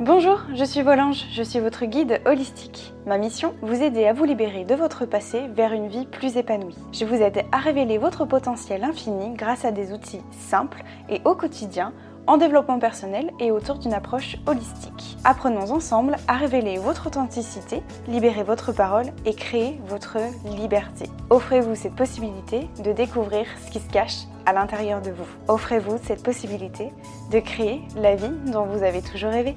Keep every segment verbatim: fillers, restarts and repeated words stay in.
Bonjour, je suis Volange, je suis votre guide holistique. Ma mission, vous aider à vous libérer de votre passé vers une vie plus épanouie. Je vous aide à révéler votre potentiel infini grâce à des outils simples et au quotidien, en développement personnel et autour d'une approche holistique. Apprenons ensemble à révéler votre authenticité, libérer votre parole et créer votre liberté. Offrez-vous cette possibilité de découvrir ce qui se cache à l'intérieur de vous. Offrez-vous cette possibilité de créer la vie dont vous avez toujours rêvé.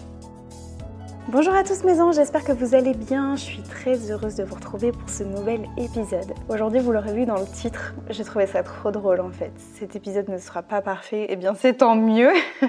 Bonjour à tous mes anges, j'espère que vous allez bien. Je suis très heureuse de vous retrouver pour ce nouvel épisode. Aujourd'hui, vous l'aurez vu dans le titre, j'ai trouvé ça trop drôle en fait. Cet épisode ne sera pas parfait, et bien c'est tant mieux.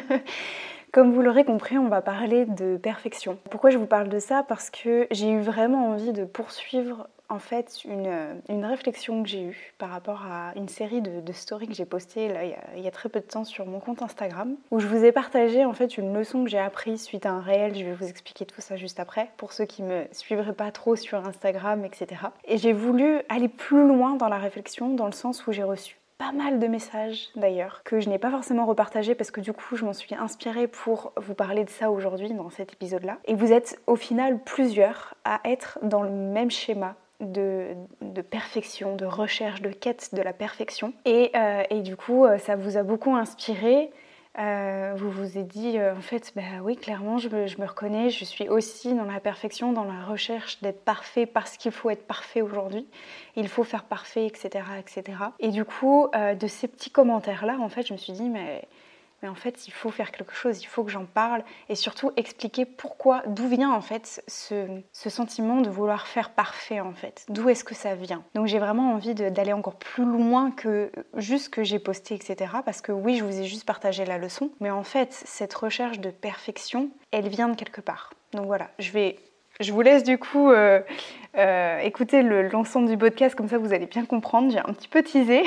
Comme vous l'aurez compris, on va parler de perfection. Pourquoi je vous parle de ça? Parce que j'ai eu vraiment envie de poursuivre en fait une, une réflexion que j'ai eue par rapport à une série de, de stories que j'ai postées là, il, y a, il y a très peu de temps sur mon compte Instagram, où je vous ai partagé en fait une leçon que j'ai apprise suite à un réel. Je vais vous expliquer tout ça juste après, pour ceux qui me suivraient pas trop sur Instagram, et cetera. Et j'ai voulu aller plus loin dans la réflexion, dans le sens où j'ai reçu pas mal de messages d'ailleurs, que je n'ai pas forcément repartagé parce que du coup je m'en suis inspirée pour vous parler de ça aujourd'hui dans cet épisode-là. Et vous êtes au final plusieurs à être dans le même schéma de, de perfection, de recherche, de quête de la perfection. Et, euh, et du coup ça vous a beaucoup inspiré. Euh, vous vous êtes dit euh, en fait bah oui, clairement je me, je me reconnais, je suis aussi dans la perfection, dans la recherche d'être parfait parce qu'il faut être parfait aujourd'hui, il faut faire parfait, etc, etc. Et du coup euh, de ces petits commentaires là en fait je me suis dit mais mais en fait il faut faire quelque chose, il faut que j'en parle et surtout expliquer pourquoi, d'où vient en fait ce, ce sentiment de vouloir faire parfait en fait, d'où est-ce que ça vient. Donc j'ai vraiment envie de, d'aller encore plus loin que juste ce que j'ai posté, etc, parce que oui je vous ai juste partagé la leçon, mais en fait cette recherche de perfection elle vient de quelque part. Donc voilà, je vais Je vous laisse du coup euh, euh, écouter le, l'ensemble du podcast, comme ça vous allez bien comprendre. J'ai un petit peu teasé.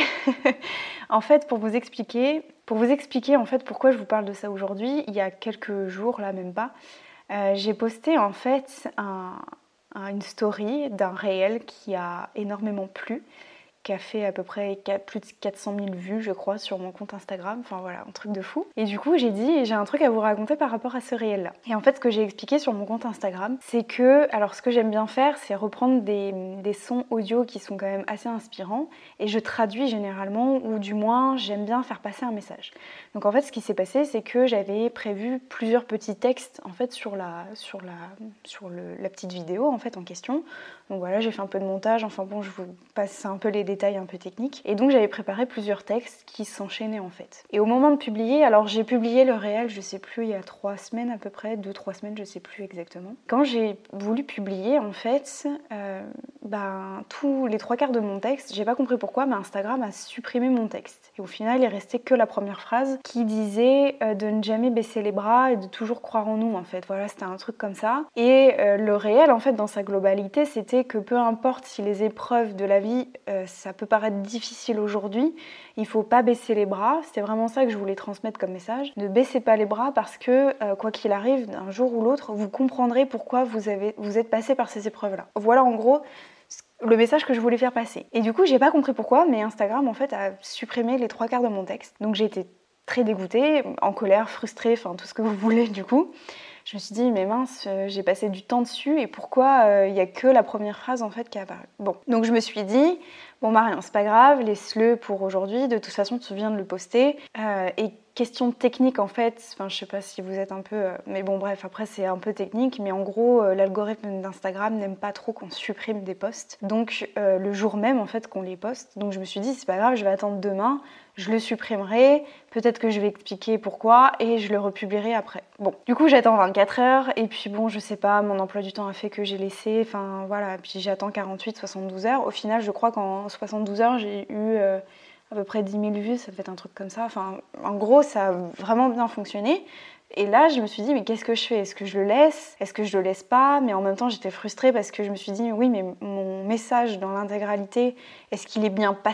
En fait, pour vous expliquer, pour vous expliquer en fait pourquoi je vous parle de ça aujourd'hui, il y a quelques jours, là même pas, euh, j'ai posté en fait un, un, une story d'un réel qui a énormément plu, qui a fait à peu près plus de quatre cent mille vues je crois sur mon compte Instagram, enfin voilà, un truc de fou. Et du coup j'ai dit, j'ai un truc à vous raconter par rapport à ce réel là. Et en fait ce que j'ai expliqué sur mon compte Instagram, c'est que, alors ce que j'aime bien faire, c'est reprendre des, des sons audio qui sont quand même assez inspirants, et je traduis généralement, ou du moins j'aime bien faire passer un message. Donc en fait ce qui s'est passé, c'est que j'avais prévu plusieurs petits textes en fait sur la, sur la, sur le, la petite vidéo en fait en question. Donc voilà, j'ai fait un peu de montage, enfin bon je vous passe un peu les détails un peu techniques. Et donc j'avais préparé plusieurs textes qui s'enchaînaient en fait. Et au moment de publier, alors j'ai publié le réel, je sais plus, il y a trois semaines à peu près, deux trois semaines, je sais plus exactement. Quand j'ai voulu publier en fait, euh, ben tous les trois quarts de mon texte, j'ai pas compris pourquoi, mais Instagram a supprimé mon texte. Et au final, il restait que la première phrase qui disait euh, de ne jamais baisser les bras et de toujours croire en nous en fait. Voilà, c'était un truc comme ça. Et euh, le réel en fait dans sa globalité, c'était que peu importe si les épreuves de la vie, euh, ça peut paraître difficile aujourd'hui, il faut pas baisser les bras. C'était vraiment ça que je voulais transmettre comme message. Ne baissez pas les bras parce que euh, quoi qu'il arrive, un jour ou l'autre, vous comprendrez pourquoi vous, avez, vous êtes passé par ces épreuves-là. Voilà en gros le message que je voulais faire passer. Et du coup, j'ai pas compris pourquoi, mais Instagram en fait a supprimé les trois quarts de mon texte. Donc j'ai été très dégoûtée, en colère, frustrée, enfin tout ce que vous voulez du coup. Je me suis dit, mais mince, euh, j'ai passé du temps dessus et pourquoi il euh, n'y a que la première phrase en fait qui est apparue. Bon, donc je me suis dit, bon bah rien, c'est pas grave, laisse-le pour aujourd'hui, de toute façon tu viens de le poster. Euh, et question technique en fait, enfin je sais pas si vous êtes un peu, euh, mais bon bref, après c'est un peu technique, mais en gros euh, l'algorithme d'Instagram n'aime pas trop qu'on supprime des posts, donc euh, le jour même en fait qu'on les poste. Donc je me suis dit, c'est pas grave, je vais attendre demain, je le supprimerai, peut-être que je vais expliquer pourquoi et je le republierai après. Bon, du coup j'attends vingt-quatre heures et puis bon je sais pas, mon emploi du temps a fait que j'ai laissé, enfin voilà, puis j'attends quarante-huit à soixante-douze heures. Au final je crois qu'en soixante-douze heures j'ai eu euh, à peu près dix mille vues, ça fait un truc comme ça, enfin en gros ça a vraiment bien fonctionné. Et là je me suis dit mais qu'est-ce que je fais? Est-ce que je le laisse? Est-ce que je le laisse pas? Mais en même temps j'étais frustrée parce que je me suis dit oui mais mon message dans l'intégralité, est-ce qu'il est bien passé?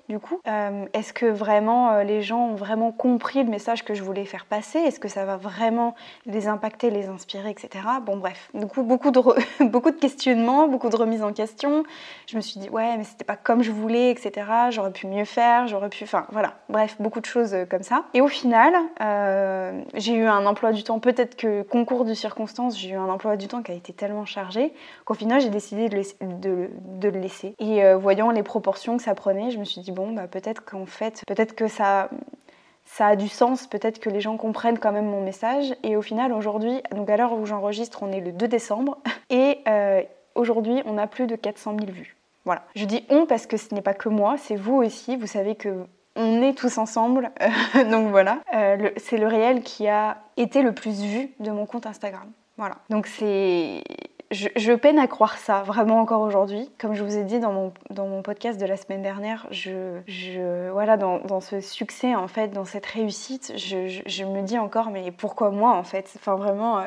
du coup. Euh, est-ce que vraiment euh, les gens ont vraiment compris le message que je voulais faire passer? Est-ce que ça va vraiment les impacter, les inspirer, et cetera. Bon bref, du coup beaucoup de, re... beaucoup de questionnements, beaucoup de remises en question. Je me suis dit ouais mais c'était pas comme je voulais, et cetera. J'aurais pu mieux faire, j'aurais pu... Enfin voilà, bref, beaucoup de choses comme ça. Et au final, euh, j'ai eu un emploi du temps, peut-être que concours de circonstances, j'ai eu un emploi du temps qui a été tellement chargé qu'au final j'ai décidé de, laisser, de, de le laisser. Et euh, voyant les proportions que ça prenait, je me suis dit bon bah peut-être qu'en fait, peut-être que ça... ça a du sens, peut-être que les gens comprennent quand même mon message. Et au final, aujourd'hui, donc à l'heure où j'enregistre, on est le deux décembre, et euh, aujourd'hui, on a plus de quatre cent mille vues. Voilà. Je dis on parce que ce n'est pas que moi, c'est vous aussi. Vous savez que on est tous ensemble, euh, donc voilà. Euh, le, c'est le réel qui a été le plus vu de mon compte Instagram. Voilà. Donc c'est... Je, je peine à croire ça, vraiment encore aujourd'hui. Comme je vous ai dit dans mon, dans mon podcast de la semaine dernière, je, je, voilà, dans, dans ce succès, en fait, dans cette réussite, je, je, je me dis encore, mais pourquoi moi, en fait? Enfin, vraiment...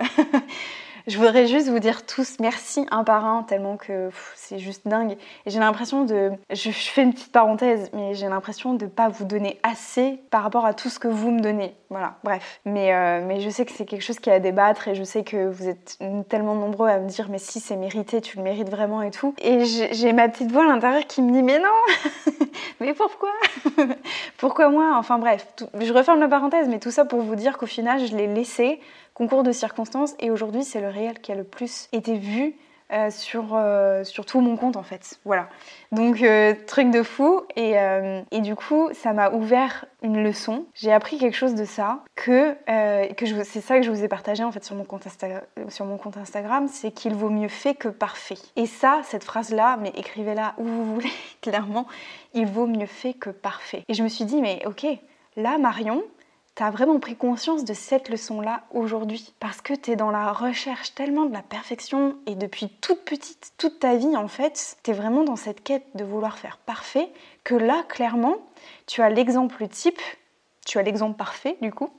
Je voudrais juste vous dire tous merci un par un, tellement que pff, c'est juste dingue. Et j'ai l'impression de... Je, je fais une petite parenthèse, mais j'ai l'impression de ne pas vous donner assez par rapport à tout ce que vous me donnez. Voilà, bref. Mais, euh, mais je sais que c'est quelque chose qui est à débattre et je sais que vous êtes tellement nombreux à me dire mais si, c'est mérité, tu le mérites vraiment et tout. Et j'ai, j'ai ma petite voix à l'intérieur qui me dit mais non mais pourquoi pourquoi moi? Enfin bref, tout... je referme la parenthèse, mais tout ça pour vous dire qu'au final, je l'ai laissé... concours de circonstances, et aujourd'hui c'est le réel qui a le plus été vu euh, sur, euh, sur tout mon compte en fait. Voilà. Donc euh, truc de fou, et, euh, et du coup ça m'a ouvert une leçon. J'ai appris quelque chose de ça, que, euh, que je, c'est ça que je vous ai partagé en fait sur mon compte Insta, sur mon compte Instagram, c'est qu'il vaut mieux fait que parfait. Et ça, cette phrase-là, mais écrivez-la où vous voulez, clairement, il vaut mieux fait que parfait. Et je me suis dit, mais ok, là Marion, t'as vraiment pris conscience de cette leçon-là aujourd'hui parce que t'es dans la recherche tellement de la perfection et depuis toute petite, toute ta vie en fait, t'es vraiment dans cette quête de vouloir faire parfait que là, clairement, tu as l'exemple type, tu as l'exemple parfait du coup,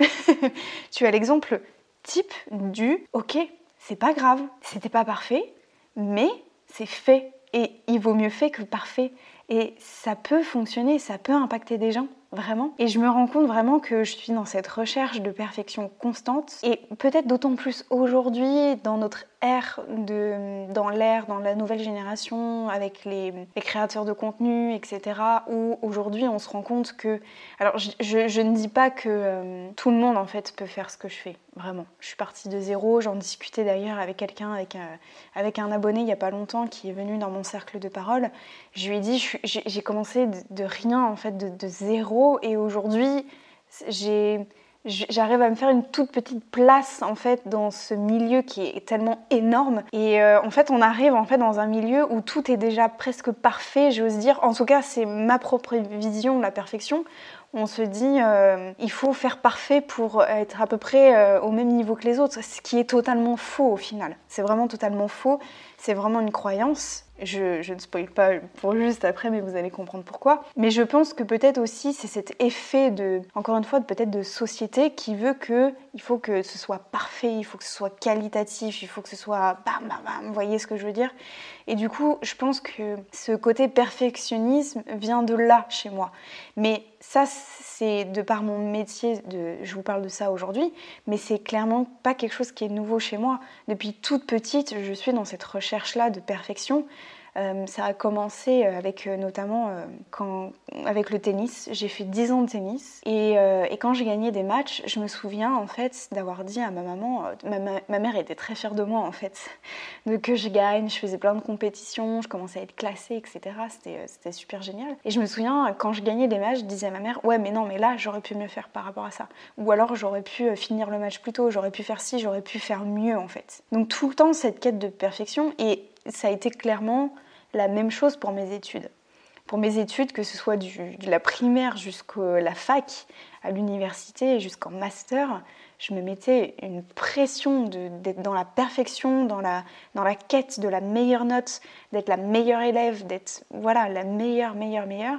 tu as l'exemple type du « ok, c'est pas grave, c'était pas parfait, mais c'est fait et il vaut mieux fait que parfait ». Et ça peut fonctionner, ça peut impacter des gens, vraiment. Et je me rends compte vraiment que je suis dans cette recherche de perfection constante. Et peut-être d'autant plus aujourd'hui, dans notre ère, de, dans l'ère, dans la nouvelle génération, avec les, les créateurs de contenu, et cetera, où aujourd'hui on se rend compte que... Alors je, je, je ne dis pas que euh, tout le monde en fait peut faire ce que je fais, vraiment. Je suis partie de zéro, j'en discutais d'ailleurs avec quelqu'un, avec un, avec un abonné il n'y a pas longtemps qui est venu dans mon cercle de parole. Je lui ai dit, je, j'ai, j'ai commencé de, de rien en fait, de, de zéro, et aujourd'hui j'ai... j'arrive à me faire une toute petite place en fait dans ce milieu qui est tellement énorme, et euh, en fait on arrive en fait dans un milieu où tout est déjà presque parfait, j'ose dire. En tout cas c'est ma propre vision de la perfection. On se dit euh, il faut faire parfait pour être à peu près euh, au même niveau que les autres, ce qui est totalement faux au final. C'est vraiment totalement faux, c'est vraiment une croyance. Je, je ne spoil pas pour juste après, mais vous allez comprendre pourquoi. Mais je pense que peut-être aussi c'est cet effet de, encore une fois, peut-être de société qui veut que il faut que ce soit parfait, il faut que ce soit qualitatif, il faut que ce soit bam bam bam, vous voyez ce que je veux dire? Et du coup, je pense que ce côté perfectionnisme vient de là chez moi. Mais ça, c'est de par mon métier, de, je vous parle de ça aujourd'hui, mais c'est clairement pas quelque chose qui est nouveau chez moi. Depuis toute petite, je suis dans cette recherche-là de perfection. Euh, ça a commencé avec euh, notamment euh, quand, avec le tennis. J'ai fait dix ans de tennis, et, euh, et quand j'ai gagné des matchs, je me souviens en fait d'avoir dit à ma maman, euh, ma, ma, ma mère était très fière de moi en fait, de que je gagne, je faisais plein de compétitions, je commençais à être classée, et cetera. C'était, euh, c'était super génial. Et je me souviens quand je gagnais des matchs, je disais à ma mère, ouais mais non mais là j'aurais pu mieux faire par rapport à ça, ou alors j'aurais pu finir le match plus tôt, j'aurais pu faire ci, j'aurais pu faire mieux en fait. Donc tout le temps cette quête de perfection, et ça a été clairement la même chose pour mes études. Pour mes études, que ce soit du, de la primaire jusqu'à la fac, à l'université, jusqu'en master, je me mettais une pression de, d'être dans la perfection, dans la, dans la quête de la meilleure note, d'être la meilleure élève, d'être voilà, la meilleure, meilleure, meilleure.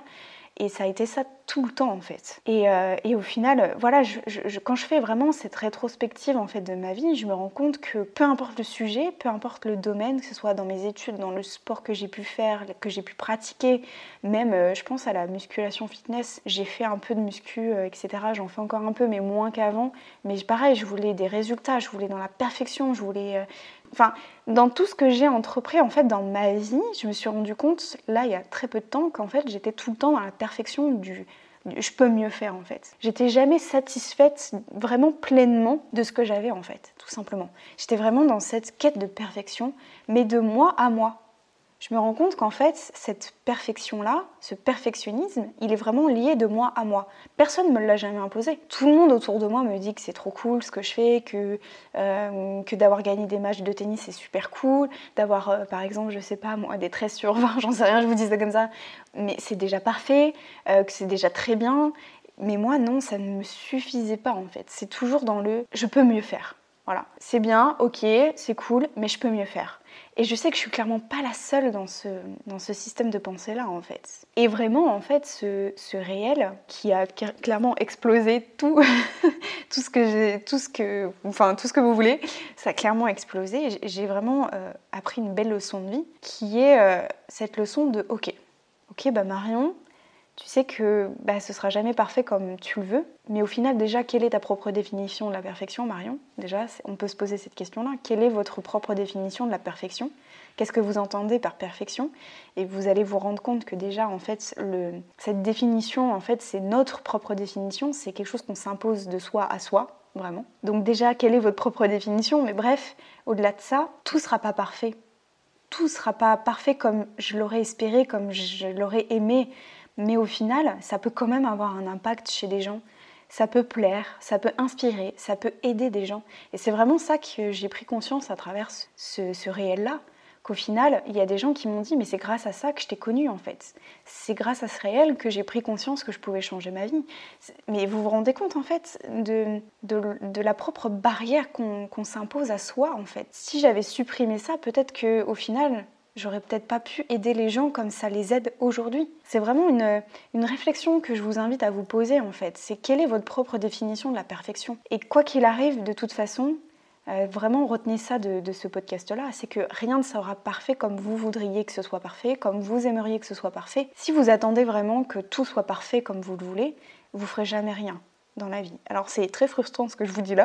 Et ça a été ça tout le temps en fait. Et, euh, et au final, voilà, je, je, quand je fais vraiment cette rétrospective en fait de ma vie, je me rends compte que peu importe le sujet, peu importe le domaine, que ce soit dans mes études, dans le sport que j'ai pu faire, que j'ai pu pratiquer, même euh, je pense à la musculation fitness, j'ai fait un peu de muscu, euh, et cetera. J'en fais encore un peu, mais moins qu'avant. Mais pareil, je voulais des résultats, je voulais dans la perfection, je voulais... Euh, Enfin, dans tout ce que j'ai entrepris en fait dans ma vie, je me suis rendu compte, là il y a très peu de temps, qu'en fait j'étais tout le temps dans la perfection du, du je peux mieux faire en fait. J'étais jamais satisfaite vraiment pleinement de ce que j'avais en fait, tout simplement. J'étais vraiment dans cette quête de perfection, mais de moi à moi. Je me rends compte qu'en fait, cette perfection-là, ce perfectionnisme, il est vraiment lié de moi à moi. Personne ne me l'a jamais imposé. Tout le monde autour de moi me dit que c'est trop cool ce que je fais, que, euh, que d'avoir gagné des matchs de tennis, c'est super cool, d'avoir, euh, par exemple, je sais pas, moi, des treize sur vingt, j'en sais rien, je vous dis ça comme ça, mais c'est déjà parfait, euh, que c'est déjà très bien. Mais moi, non, ça ne me suffisait pas, en fait. C'est toujours dans le « je peux mieux faire ». Voilà, c'est bien, ok, c'est cool, mais je peux mieux faire. Et je sais que je suis clairement pas la seule dans ce, dans ce système de pensée-là, en fait. Et vraiment, en fait, ce, ce réel qui a clairement explosé tout, tout ce que j'ai, tout ce que, enfin, tout ce que vous voulez, ça a clairement explosé. J'ai vraiment euh, appris une belle leçon de vie, qui est euh, cette leçon de, ok, ok, bah Marion, tu sais que bah, ce sera jamais parfait comme tu le veux, mais au final, déjà, quelle est ta propre définition de la perfection, Marion ? Déjà, on peut se poser cette question-là. Quelle est votre propre définition de la perfection ? Qu'est-ce que vous entendez par perfection ? Et vous allez vous rendre compte que déjà, en fait, le, cette définition, en fait, c'est notre propre définition, c'est quelque chose qu'on s'impose de soi à soi, vraiment. Donc déjà, quelle est votre propre définition ? Mais bref, au-delà de ça, tout ne sera pas parfait. Tout ne sera pas parfait comme je l'aurais espéré, comme je l'aurais aimé. Mais au final, ça peut quand même avoir un impact chez des gens. Ça peut plaire, ça peut inspirer, ça peut aider des gens. Et c'est vraiment ça que j'ai pris conscience à travers ce, ce réel-là. Qu'au final, il y a des gens qui m'ont dit « mais c'est grâce à ça que je t'ai connue en fait. C'est grâce à ce réel que j'ai pris conscience que je pouvais changer ma vie. » Mais vous vous rendez compte en fait de, de, de la propre barrière qu'on, qu'on s'impose à soi en fait. Si j'avais supprimé ça, peut-être qu'au final... j'aurais peut-être pas pu aider les gens comme ça les aide aujourd'hui. C'est vraiment une, une réflexion que je vous invite à vous poser en fait. C'est quelle est votre propre définition de la perfection ? Et quoi qu'il arrive, de toute façon, euh, vraiment retenez ça de, de ce podcast-là, c'est que rien ne sera parfait comme vous voudriez que ce soit parfait, comme vous aimeriez que ce soit parfait. Si vous attendez vraiment que tout soit parfait comme vous le voulez, vous ferez jamais rien dans la vie. Alors c'est très frustrant ce que je vous dis là,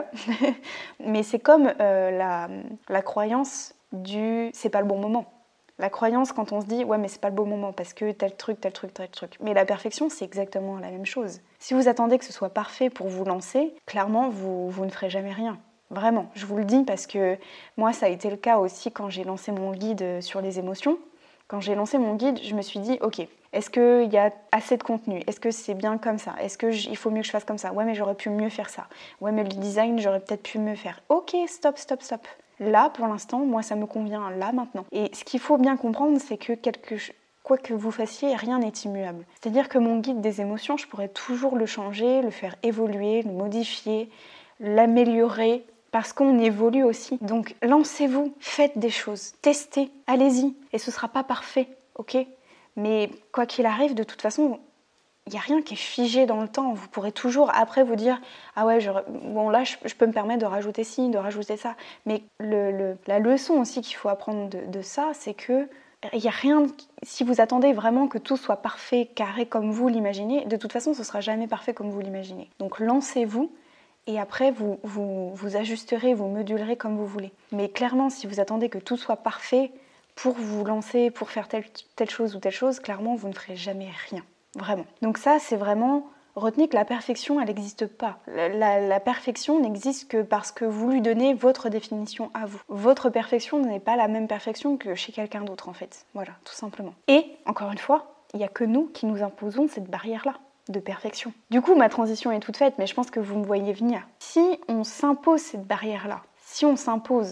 mais c'est comme euh, la, la croyance du « c'est pas le bon moment ». La croyance quand on se dit « ouais mais c'est pas le bon moment parce que tel truc, tel truc, tel truc ». Mais la perfection c'est exactement la même chose. Si vous attendez que ce soit parfait pour vous lancer, clairement vous, vous ne ferez jamais rien. Vraiment, je vous le dis parce que moi ça a été le cas aussi quand j'ai lancé mon guide sur les émotions. Quand j'ai lancé mon guide, je me suis dit « ok, est-ce qu'il y a assez de contenu ? Est-ce que c'est bien comme ça ? Est-ce qu'il faut mieux que je fasse comme ça ? Ouais mais j'aurais pu mieux faire ça. Ouais mais le design j'aurais peut-être pu mieux faire. Ok, stop, stop, stop ». Là, pour l'instant, moi, ça me convient, là, maintenant. Et ce qu'il faut bien comprendre, c'est que quelque... quoi que vous fassiez, rien n'est immuable. C'est-à-dire que mon guide des émotions, je pourrais toujours le changer, le faire évoluer, le modifier, l'améliorer, parce qu'on évolue aussi. Donc, lancez-vous, faites des choses, testez, allez-y. Et ce ne sera pas parfait, ok ? Mais quoi qu'il arrive, de toute façon... il n'y a rien qui est figé dans le temps. Vous pourrez toujours après vous dire « ah ouais, je, bon là, je, je peux me permettre de rajouter ci, de rajouter ça ». Mais le, le, la leçon aussi qu'il faut apprendre de, de ça, c'est que il n'y a rien... Si vous attendez vraiment que tout soit parfait, carré comme vous l'imaginez, de toute façon, ce ne sera jamais parfait comme vous l'imaginez. Donc lancez-vous et après, vous, vous, vous ajusterez, vous modulerez comme vous voulez. Mais clairement, si vous attendez que tout soit parfait pour vous lancer, pour faire telle, telle chose ou telle chose, clairement, vous ne ferez jamais rien. Vraiment. Donc ça, c'est vraiment... retenez que la perfection, elle n'existe pas. La, la, la perfection n'existe que parce que vous lui donnez votre définition à vous. Votre perfection n'est pas la même perfection que chez quelqu'un d'autre, en fait. Voilà, tout simplement. Et, encore une fois, il n'y a que nous qui nous imposons cette barrière-là de perfection. Du coup, ma transition est toute faite, mais je pense que vous me voyez venir. Si on s'impose cette barrière-là, si on s'impose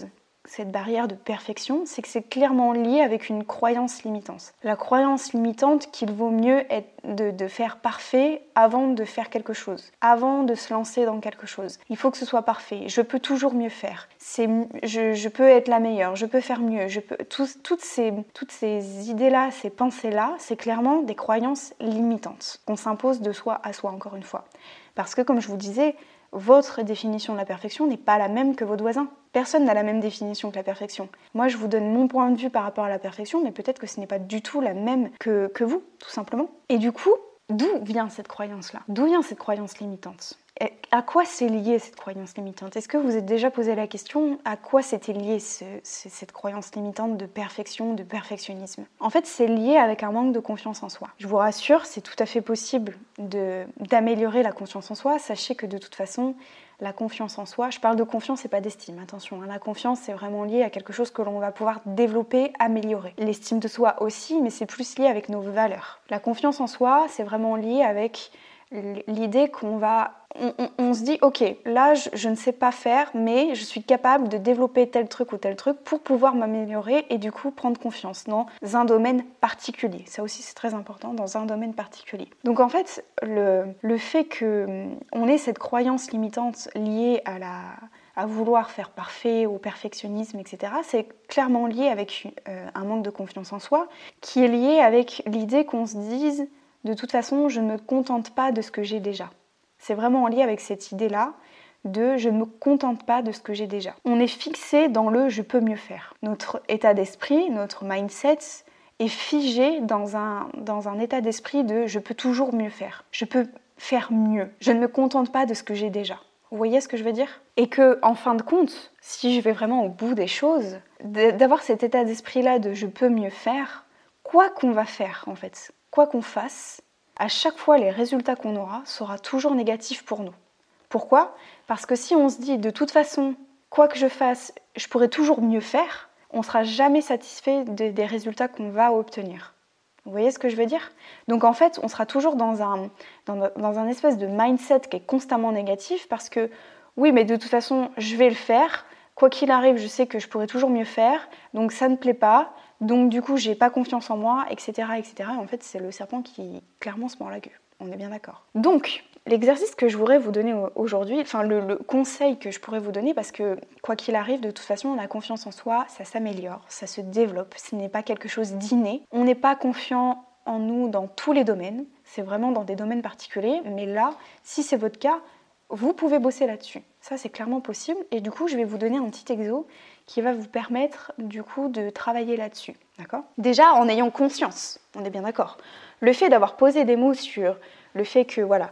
cette barrière de perfection, c'est que c'est clairement lié avec une croyance limitante. La croyance limitante qu'il vaut mieux être de, de faire parfait avant de faire quelque chose, avant de se lancer dans quelque chose. Il faut que ce soit parfait. Je peux toujours mieux faire. C'est, je, je peux être la meilleure. Je peux faire mieux. Je peux, tout, toutes ces, toutes ces idées-là, ces pensées-là, c'est clairement des croyances limitantes qu'on s'impose de soi à soi, encore une fois. Parce que, comme je vous disais, votre définition de la perfection n'est pas la même que votre voisin. Personne n'a la même définition que la perfection. Moi, je vous donne mon point de vue par rapport à la perfection, mais peut-être que ce n'est pas du tout la même que, que vous, tout simplement. Et du coup, d'où vient cette croyance-là ? D'où vient cette croyance limitante ? Et à quoi c'est lié cette croyance limitante ? Est-ce que vous vous êtes déjà posé la question à quoi c'était lié ce, ce, cette croyance limitante de perfection, de perfectionnisme ? En fait, c'est lié avec un manque de confiance en soi. Je vous rassure, c'est tout à fait possible de, d'améliorer la confiance en soi. Sachez que de toute façon, la confiance en soi, je parle de confiance et pas d'estime, attention, hein, la confiance c'est vraiment lié à quelque chose que l'on va pouvoir développer, améliorer. L'estime de soi aussi, mais c'est plus lié avec nos valeurs. La confiance en soi, c'est vraiment lié avec l'idée qu'on va... On, on, on se dit, ok, là je, je ne sais pas faire, mais je suis capable de développer tel truc ou tel truc pour pouvoir m'améliorer et du coup prendre confiance dans un domaine particulier. Ça aussi c'est très important, dans un domaine particulier. Donc en fait, le, le fait qu'on ait cette croyance limitante liée à la... à vouloir faire parfait, au perfectionnisme, et cetera, c'est clairement lié avec euh, un manque de confiance en soi, qui est lié avec l'idée qu'on se dise de toute façon, je ne me contente pas de ce que j'ai déjà. C'est vraiment lié avec cette idée-là de je ne me contente pas de ce que j'ai déjà. On est fixé dans le je peux mieux faire. Notre état d'esprit, notre mindset est figé dans un, dans un état d'esprit de je peux toujours mieux faire. Je peux faire mieux. Je ne me contente pas de ce que j'ai déjà. Vous voyez ce que je veux dire ? Et que, en fin de compte, si je vais vraiment au bout des choses, d'avoir cet état d'esprit-là de je peux mieux faire, quoi qu'on va faire en fait, quoi qu'on fasse, à chaque fois les résultats qu'on aura sera toujours négatifs pour nous. Pourquoi ? Parce que si on se dit de toute façon, quoi que je fasse, je pourrai toujours mieux faire, on ne sera jamais satisfait de, des résultats qu'on va obtenir. Vous voyez ce que je veux dire ? Donc en fait, on sera toujours dans un, dans, dans un espèce de mindset qui est constamment négatif parce que oui, mais de toute façon, je vais le faire. Quoi qu'il arrive, je sais que je pourrai toujours mieux faire. Donc ça ne plaît pas. Donc du coup, j'ai pas confiance en moi, et cetera, et cetera. Et en fait, c'est le serpent qui clairement se mord la queue. On est bien d'accord. Donc, l'exercice que je voudrais vous donner aujourd'hui, enfin le, le conseil que je pourrais vous donner, parce que quoi qu'il arrive, de toute façon, la confiance en soi, ça s'améliore, ça se développe. Ce n'est pas quelque chose d'inné. On n'est pas confiant en nous dans tous les domaines. C'est vraiment dans des domaines particuliers. Mais là, si c'est votre cas, vous pouvez bosser là-dessus. Ça, c'est clairement possible. Et du coup, je vais vous donner un petit exo qui va vous permettre, du coup, de travailler là-dessus. D'accord ? Déjà, en ayant conscience, on est bien d'accord. Le fait d'avoir posé des mots sur le fait que, voilà,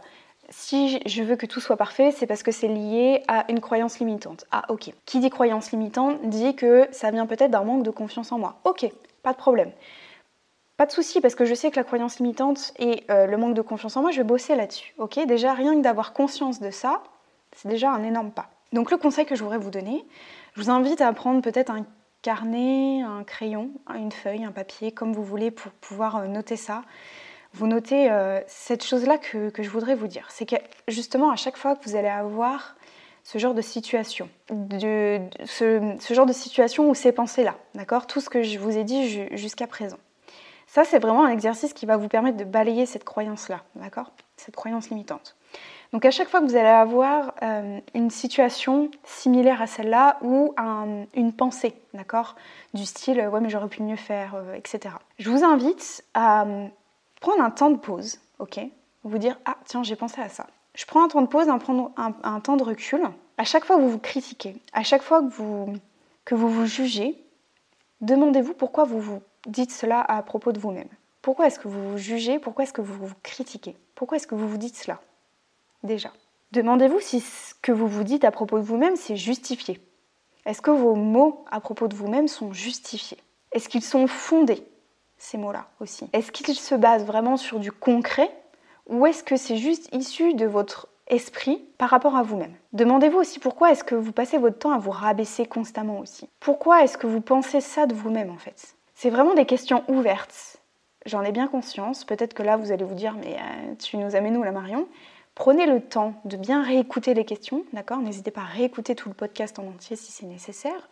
si je veux que tout soit parfait, c'est parce que c'est lié à une croyance limitante. Ah, ok. Qui dit croyance limitante dit que ça vient peut-être d'un manque de confiance en moi. Ok, pas de problème. Pas de souci, parce que je sais que la croyance limitante et euh, le manque de confiance en moi, je vais bosser là-dessus. Ok, déjà, rien que d'avoir conscience de ça, c'est déjà un énorme pas. Donc le conseil que je voudrais vous donner, je vous invite à prendre peut-être un carnet, un crayon, une feuille, un papier, comme vous voulez, pour pouvoir euh, noter ça. Vous notez euh, cette chose-là que, que je voudrais vous dire. C'est que justement, à chaque fois que vous allez avoir ce genre de situation, de, de, ce, ce genre de situation ou ces pensées-là, d'accord ? Tout ce que je vous ai dit ju- jusqu'à présent. Ça, c'est vraiment un exercice qui va vous permettre de balayer cette croyance-là, d'accord ? Cette croyance limitante. Donc à chaque fois que vous allez avoir euh, une situation similaire à celle-là ou un, une pensée, d'accord ? Du style « ouais mais j'aurais pu mieux faire euh, », et cetera. Je vous invite à euh, prendre un temps de pause, ok ? Vous dire « ah tiens, j'ai pensé à ça ». Je prends un temps de pause, un, un, un temps de recul. À chaque fois que vous vous critiquez, à chaque fois que vous, que vous vous jugez, demandez-vous pourquoi vous vous dites cela à propos de vous-même. Pourquoi est-ce que vous vous jugez ? Pourquoi est-ce que vous vous critiquez ? Pourquoi est-ce que vous vous dites cela ? Déjà. Demandez-vous si ce que vous vous dites à propos de vous-même, c'est justifié. Est-ce que vos mots à propos de vous-même sont justifiés ? Est-ce qu'ils sont fondés, ces mots-là aussi ? Est-ce qu'ils se basent vraiment sur du concret ou est-ce que c'est juste issu de votre esprit par rapport à vous-même ? Demandez-vous aussi pourquoi est-ce que vous passez votre temps à vous rabaisser constamment aussi ? Pourquoi est-ce que vous pensez ça de vous-même en fait ? C'est vraiment des questions ouvertes. J'en ai bien conscience. Peut-être que là, vous allez vous dire « mais euh, tu nous amènes où là, Marion ?» Prenez le temps de bien réécouter les questions, d'accord ? N'hésitez pas à réécouter tout le podcast en entier si c'est nécessaire.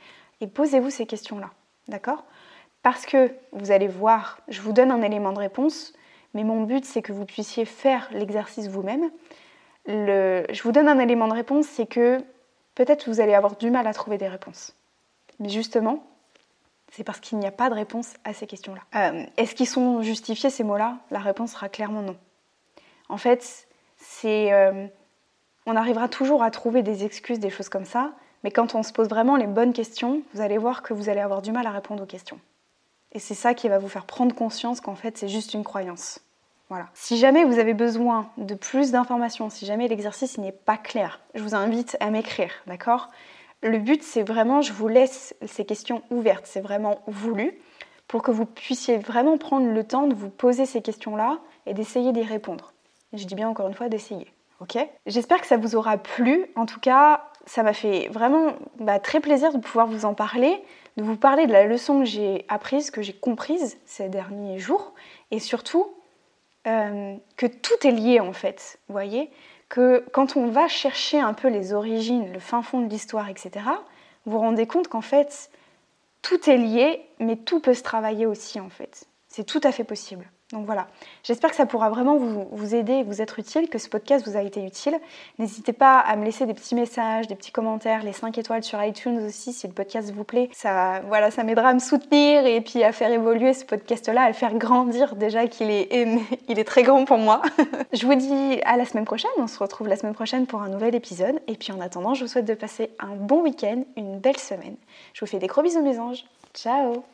et posez-vous ces questions-là, d'accord ? Parce que vous allez voir, je vous donne un élément de réponse, mais mon but c'est que vous puissiez faire l'exercice vous-même. Le... Je vous donne un élément de réponse, c'est que peut-être vous allez avoir du mal à trouver des réponses. Mais justement, c'est parce qu'il n'y a pas de réponse à ces questions-là. Euh, est-ce qu'ils sont justifiés ces mots-là ? La réponse sera clairement non. En fait, c'est, euh, on arrivera toujours à trouver des excuses, des choses comme ça, mais quand on se pose vraiment les bonnes questions, vous allez voir que vous allez avoir du mal à répondre aux questions. Et c'est ça qui va vous faire prendre conscience qu'en fait, c'est juste une croyance. Voilà. Si jamais vous avez besoin de plus d'informations, si jamais l'exercice n'est pas clair, je vous invite à m'écrire, d'accord ? Le but, c'est vraiment, je vous laisse ces questions ouvertes, c'est vraiment voulu, pour que vous puissiez vraiment prendre le temps de vous poser ces questions-là et d'essayer d'y répondre. Je dis bien encore une fois d'essayer, ok ? J'espère que ça vous aura plu. En tout cas, ça m'a fait vraiment bah, très plaisir de pouvoir vous en parler, de vous parler de la leçon que j'ai apprise, que j'ai comprise ces derniers jours, et surtout euh, que tout est lié en fait, vous voyez ? Que quand on va chercher un peu les origines, le fin fond de l'histoire, et cetera, vous vous rendez compte qu'en fait, tout est lié, mais tout peut se travailler aussi en fait. C'est tout à fait possible. Donc voilà, j'espère que ça pourra vraiment vous, vous aider et vous être utile, que ce podcast vous a été utile. N'hésitez pas à me laisser des petits messages, des petits commentaires, les cinq étoiles sur iTunes aussi si le podcast vous plaît. Ça, voilà, ça m'aidera à me soutenir et puis à faire évoluer ce podcast-là, à le faire grandir déjà qu'il est, il est très grand pour moi. Je vous dis à la semaine prochaine, on se retrouve la semaine prochaine pour un nouvel épisode. Et puis en attendant, je vous souhaite de passer un bon week-end, une belle semaine. Je vous fais des gros bisous mes anges. Ciao!